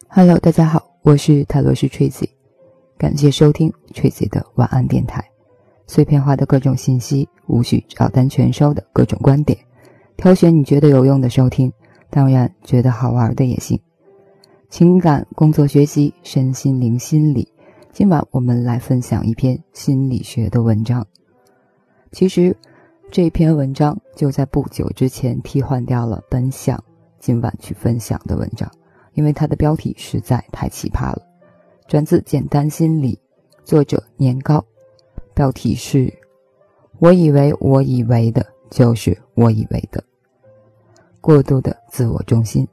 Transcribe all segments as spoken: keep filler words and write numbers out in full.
Hello， 大家好，我是泰罗斯 Tracy， 感谢收听 Tracy 的晚安电台。碎片化的各种信息，无需照单全收的各种观点，挑选你觉得有用的收听，当然觉得好玩的也行。情感、工作、学习、身心灵、心理，今晚我们来分享一篇心理学的文章。其实这篇文章就在不久之前替换掉了本想今晚去分享的文章，因为它的标题实在太奇葩了。转自简单心理，作者年糕，标题是我以为我以为的就是我以为的，过度的自我中心。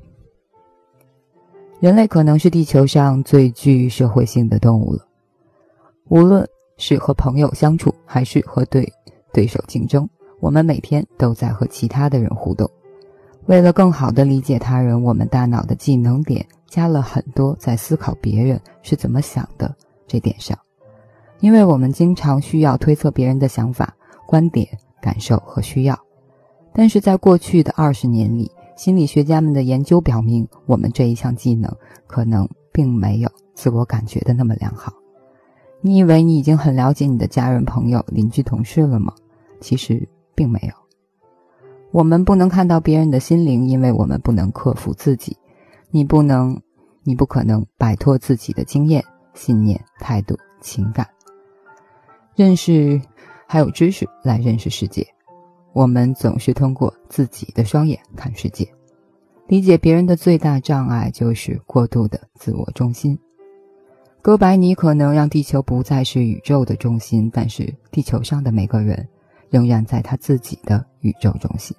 人类可能是地球上最具社会性的动物了，无论是和朋友相处还是和对对手竞争，我们每天都在和其他的人互动。为了更好地理解他人，我们大脑的技能点加了很多在思考别人是怎么想的这点上，因为我们经常需要推测别人的想法、观点、感受和需要。但是在过去的二十年里，心理学家们的研究表明，我们这一项技能可能并没有自我感觉的那么良好。你以为你已经很了解你的家人、朋友、邻居、同事了吗？其实并没有。我们不能看到别人的心灵，因为我们不能克服自己。你不能，你不可能摆脱自己的经验、信念、态度、情感、认识还有知识来认识世界。我们总是通过自己的双眼看世界。理解别人的最大障碍就是过度的自我中心。哥白尼可能让地球不再是宇宙的中心，但是地球上的每个人仍然在他自己的宇宙中心。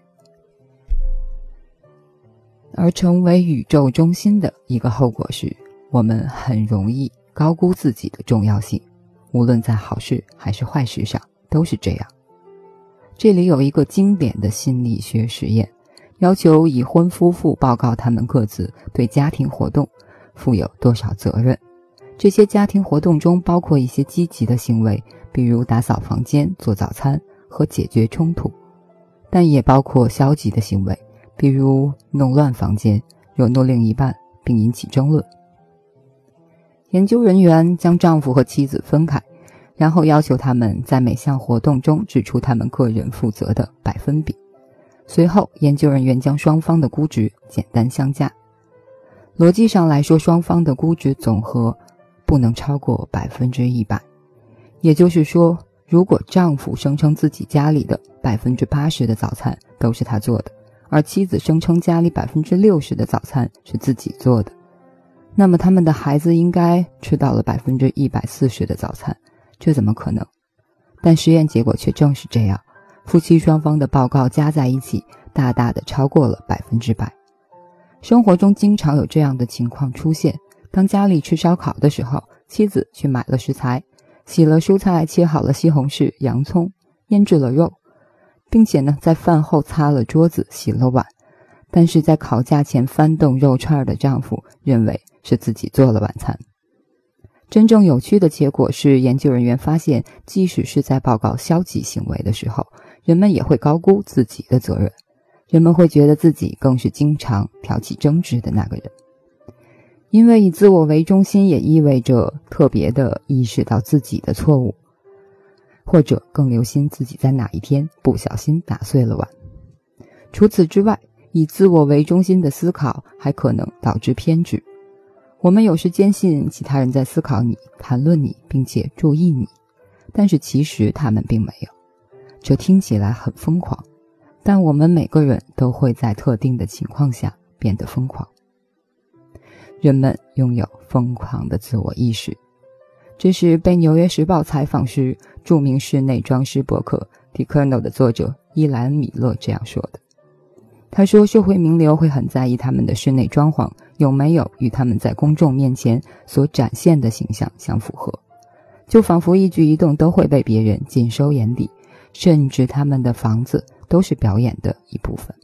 而成为宇宙中心的一个后果是，我们很容易高估自己的重要性，无论在好事还是坏事上都是这样。这里有一个经典的心理学实验，要求已婚夫妇报告他们各自对家庭活动负有多少责任。这些家庭活动中包括一些积极的行为，比如打扫房间、做早餐和解决冲突，但也包括消极的行为，比如弄乱房间、惹怒另一半并引起争论。研究人员将丈夫和妻子分开，然后要求他们在每项活动中指出他们个人负责的百分比。随后，研究人员将双方的估值简单相加。逻辑上来说，双方的估值总和不能超过百分之一百。也就是说，如果丈夫声称自己家里的百分之八十的早餐都是他做的，而妻子声称家里百分之六十的早餐是自己做的，那么他们的孩子应该吃到了百分之一百四十的早餐。这怎么可能？但实验结果却正是这样，夫妻双方的报告加在一起，大大的超过了百分之百。生活中经常有这样的情况出现，当家里吃烧烤的时候，妻子去买了食材，洗了蔬菜，切好了西红柿、洋葱，腌制了肉，并且呢，在饭后擦了桌子、洗了碗。但是在烤架前翻动肉串的丈夫认为是自己做了晚餐。真正有趣的结果是，研究人员发现，即使是在报告消极行为的时候，人们也会高估自己的责任。人们会觉得自己更是经常挑起争执的那个人。因为以自我为中心也意味着特别的意识到自己的错误，或者更留心自己在哪一天不小心打碎了碗。除此之外，以自我为中心的思考还可能导致偏执。我们有时坚信其他人在思考你、谈论你，并且注意你，但是其实他们并没有。这听起来很疯狂，但我们每个人都会在特定的情况下变得疯狂。人们拥有疯狂的自我意识，这是被《纽约时报》采访时著名室内装饰博客 Dicerno 的作者伊兰米勒这样说的。他说，社会名流会很在意他们的室内装潢有没有与他们在公众面前所展现的形象相符合，就仿佛一举一动都会被别人尽收眼底，甚至他们的房子都是表演的一部分。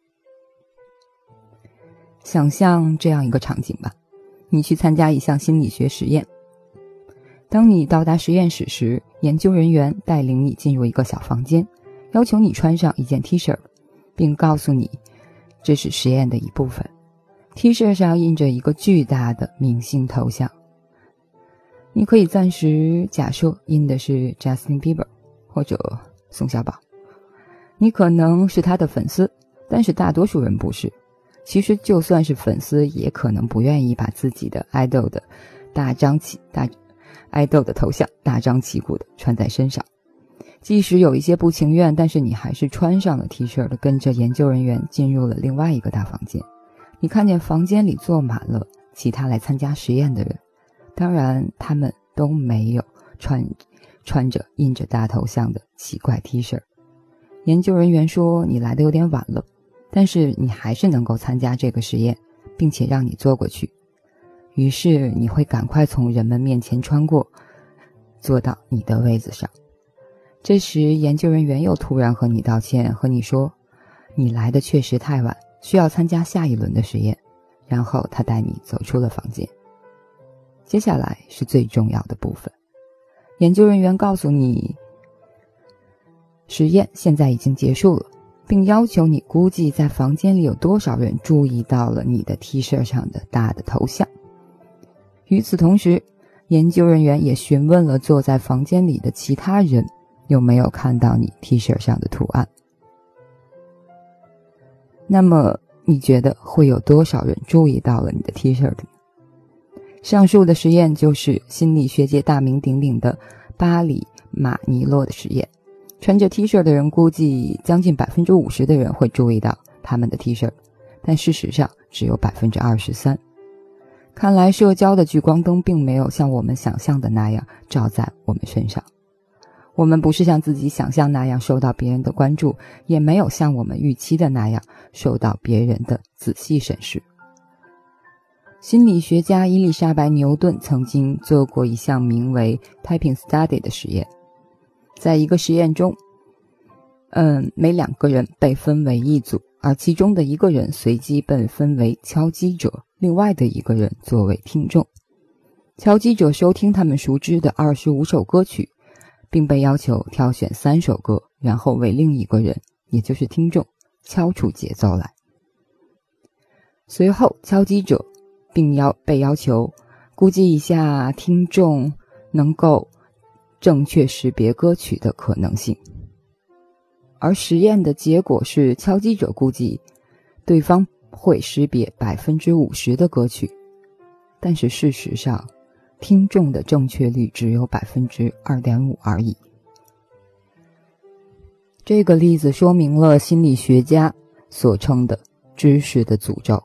想象这样一个场景吧，你去参加一项心理学实验。当你到达实验室时，研究人员带领你进入一个小房间，要求你穿上一件 T 恤，并告诉你这是实验的一部分。 T 恤上印着一个巨大的明星头像，你可以暂时假设印的是 Justin Bieber 或者宋小宝，你可能是他的粉丝，但是大多数人不是。其实就算是粉丝，也可能不愿意把自己的 idol 的大张旗大 idol 的头像大张旗鼓的穿在身上。即使有一些不情愿，但是你还是穿上了 T 恤的，跟着研究人员进入了另外一个大房间。你看见房间里坐满了其他来参加实验的人，当然他们都没有穿穿着印着大头像的奇怪 T 恤。研究人员说你来的有点晚了，但是你还是能够参加这个实验，并且让你坐过去。于是你会赶快从人们面前穿过，坐到你的位子上。这时研究人员又突然和你道歉，和你说你来的确实太晚，需要参加下一轮的实验，然后他带你走出了房间。接下来是最重要的部分，研究人员告诉你实验现在已经结束了，并要求你估计在房间里有多少人注意到了你的 T 恤上的大的头像。与此同时，研究人员也询问了坐在房间里的其他人有没有看到你 T 恤上的图案。那么你觉得会有多少人注意到了你的 T 恤呢？上述的实验就是心理学界大名鼎鼎的巴里马尼洛的实验。穿着 T 恤的人估计将近 百分之五十 的人会注意到他们的 T 恤，但事实上只有 百分之二十三。 看来社交的聚光灯并没有像我们想象的那样照在我们身上。我们不是像自己想象那样受到别人的关注，也没有像我们预期的那样受到别人的仔细审视。心理学家伊丽莎白·牛顿曾经做过一项名为 Typing Study 的实验。在一个实验中，嗯，每两个人被分为一组，而其中的一个人随机被分为敲击者，另外的一个人作为听众。敲击者收听他们熟知的二十五首歌曲，并被要求挑选三首歌，然后为另一个人，也就是听众，敲出节奏来。随后敲击者并要被要求估计一下听众能够正确识别歌曲的可能性。而实验的结果是，敲击者估计对方会识别 百分之五十 的歌曲，但是事实上听众的正确率只有 百分之二点五 而已。这个例子说明了心理学家所称的知识的诅咒。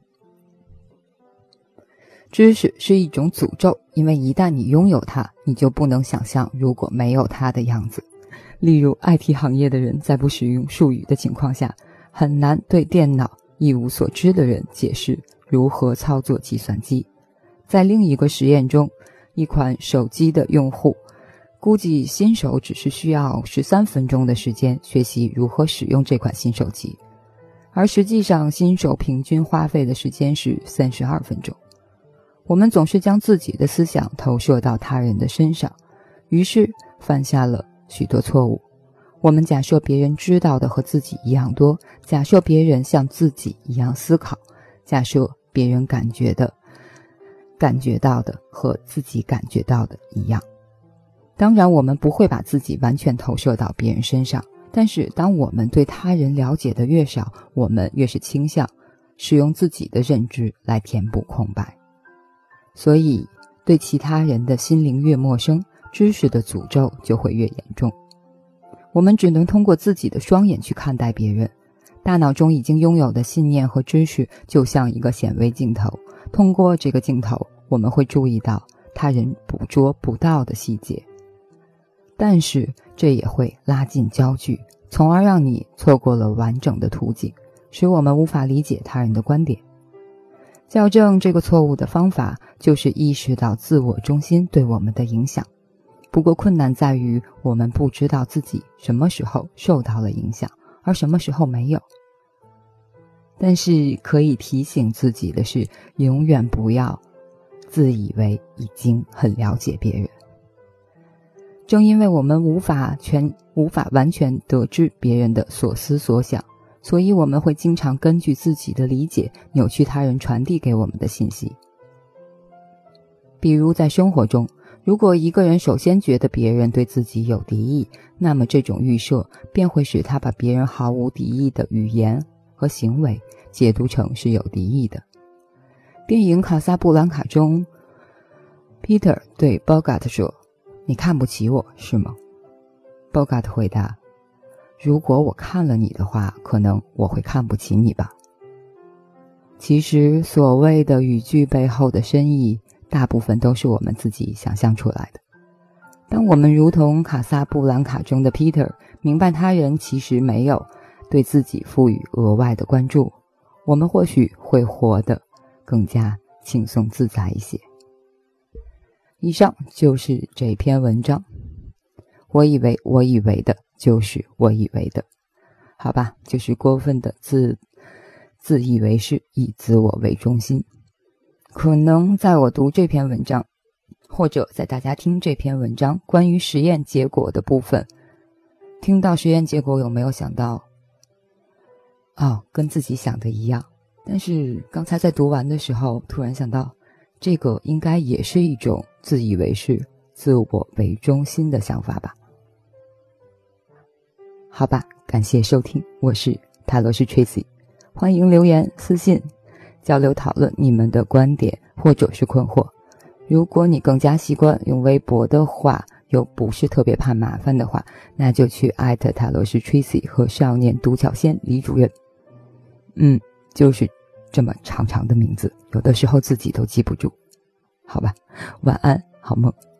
知识是一种诅咒，因为一旦你拥有它，你就不能想象如果没有它的样子。例如 I T 行业的人在不使用术语的情况下，很难对电脑一无所知的人解释如何操作计算机。在另一个实验中，一款手机的用户估计新手只是需要十三分钟的时间学习如何使用这款新手机，而实际上新手平均花费的时间是三十二分钟。我们总是将自己的思想投射到他人的身上，于是犯下了许多错误。我们假设别人知道的和自己一样多，假设别人像自己一样思考，假设别人感觉的感觉到的和自己感觉到的一样。当然我们不会把自己完全投射到别人身上，但是当我们对他人了解的越少，我们越是倾向使用自己的认知来填补空白。所以对其他人的心灵越陌生，知识的诅咒就会越严重。我们只能通过自己的双眼去看待别人，大脑中已经拥有的信念和知识就像一个显微镜头，通过这个镜头，我们会注意到他人捕捉不到的细节，但是这也会拉近焦距，从而让你错过了完整的图景，使我们无法理解他人的观点。校正这个错误的方法就是意识到自我中心对我们的影响。不过困难在于我们不知道自己什么时候受到了影响，而什么时候没有。但是可以提醒自己的是，永远不要自以为已经很了解别人。正因为我们无法全无法完全得知别人的所思所想， 所以我们会经常根据自己的理解扭曲他人传递给我们的信息。比如在生活中，如果一个人首先觉得别人对自己有敌意，那么这种预设便会使他把别人毫无敌意的语言和行为解读成是有敌意的。电影《卡萨布兰卡》中， Peter 对 Bogart 说，你看不起我是吗？ Bogart 回答，如果我看了你的话，可能我会看不起你吧。其实所谓的语句背后的深意，大部分都是我们自己想象出来的。当我们如同卡萨布兰卡中的 Peter 明白他人其实没有对自己赋予额外的关注，我们或许会活得更加轻松自在一些。以上就是这篇文章。我以为我以为的就是我以为的，好吧，就是过分的自自以为是，以自我为中心。可能在我读这篇文章，或者在大家听这篇文章关于实验结果的部分，听到实验结果有没有想到，哦，跟自己想的一样？但是刚才在读完的时候，突然想到，这个应该也是一种自以为是、自我为中心的想法吧。好吧，感谢收听，我是泰罗斯 Tracy， 欢迎留言私信交流讨论你们的观点或者是困惑。如果你更加习惯用微博的话，又不是特别怕麻烦的话，那就去艾特泰罗斯 Tracy 和少年独角仙李主任。嗯，就是这么长长的名字，有的时候自己都记不住。好吧，晚安，好梦。